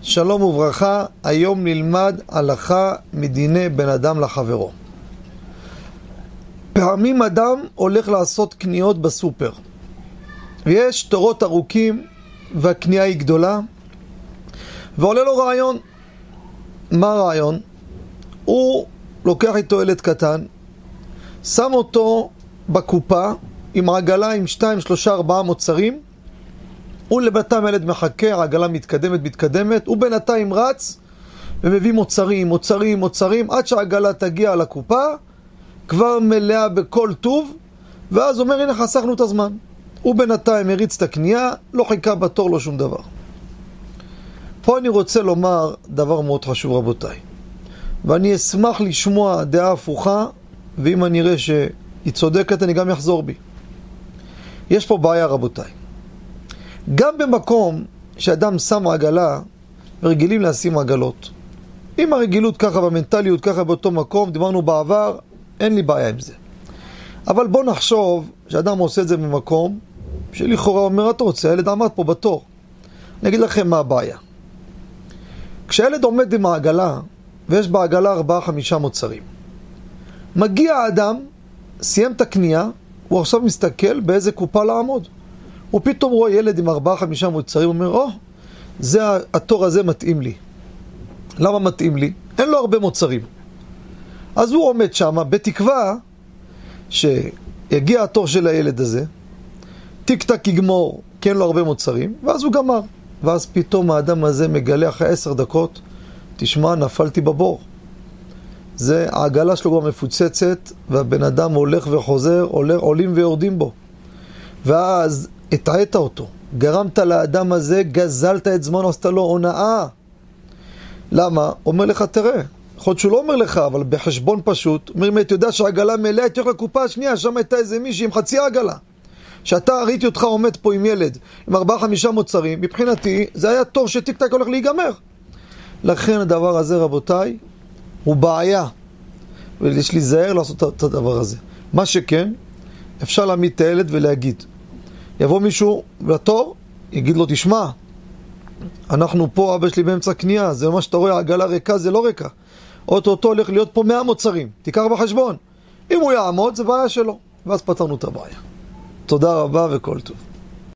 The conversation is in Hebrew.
שלום וברכה, היום נלמד הלכה מדיני בן אדם לחברו. פעמים אדם הולך לעשות קניות בסופר, ויש תורות ארוכים והקנייה היא גדולה, ועולה לו רעיון. מה הרעיון? הוא לוקח איתו ילד קטן, שם אותו בקופה עם עגלה עם 2, 3, 4 מוצרים, הוא לבינתיים ילד מחכה, העגלה מתקדמת, הוא בינתיים רץ ומביא מוצרים, עד שהעגלה תגיע לקופה, כבר מלאה בכל טוב, ואז אומר, הנה חסכנו את הזמן. הוא בינתיים הריץ את הקנייה, לא חיכה בתור, לא שום דבר. פה אני רוצה לומר דבר מאוד חשוב רבותיי, ואני אשמח לשמוע דעה הפוכה, ואם אני אראה שהיא צודקת אני גם יחזור בי. יש פה בעיה רבותיי. גם במקום שאדם שם עגלה, רגילים לשים עגלות. עם הרגילות ככה, במנטליות ככה באותו מקום, דיברנו בעבר, אין לי בעיה עם זה. אבל בוא נחשוב שאדם עושה את זה במקום, שלכאורה אומר, אתה רוצה, הילד עמד פה בתור. אני אגיד לכם מה הבעיה. כשהילד עומד עם העגלה, ויש בעגלה 4-5 מוצרים, מגיע האדם, סיים את הקנייה, הוא עכשיו מסתכל באיזה קופה לעמוד. הוא פתאום רואה ילד עם 4-5 מוצרים, הוא אומר, התור הזה מתאים לי. למה מתאים לי? אין לו הרבה מוצרים. אז הוא עומד שם בתקווה שיגיע התור של הילד הזה, טיק טק יגמור, כי אין לו הרבה מוצרים, ואז הוא גמר. ואז פתאום האדם הזה מגלה אחרי 10 דקות, תשמע, נפלתי בבור. זה העגלה שלו כבר מפוצצת, והבן אדם הולך וחוזר, עולים ויורדים בו. ואז הטעית אותו, גרמת לאדם הזה, גזלת את זמנו, עשתה לו הונאה. למה? אומר לך, תראה, יכול להיות שהוא לא אומר לך, אבל בחשבון פשוט, אומר, אם אתה יודע שהעגלה מלאה, תלך לקופה השנייה, שם הייתה איזה מישהי עם חצי עגלה. שאתה ראיתי אותך עומד פה עם ילד, עם 4-5 מוצרים, מבחינתי, זה היה תור שטיק טק הולך להיגמר. לכן הדבר הזה, רבותיי, הוא בעיה. ויש לי זהר לעשות את הדבר הזה. מה שכן, אפשר להעמיד את הילד ולהגיד, יבוא מישהו לתור, יגיד לו, תשמע, אנחנו פה, אבא שלי באמצע קנייה, זה מה שאתה רואה, העגלה ריקה, זה לא ריקה. אותו הולך להיות פה 100 מוצרים, תיקח בחשבון. אם הוא יעמוד, זה בעיה שלו. ואז פתרנו את הבעיה. תודה רבה וכל טוב.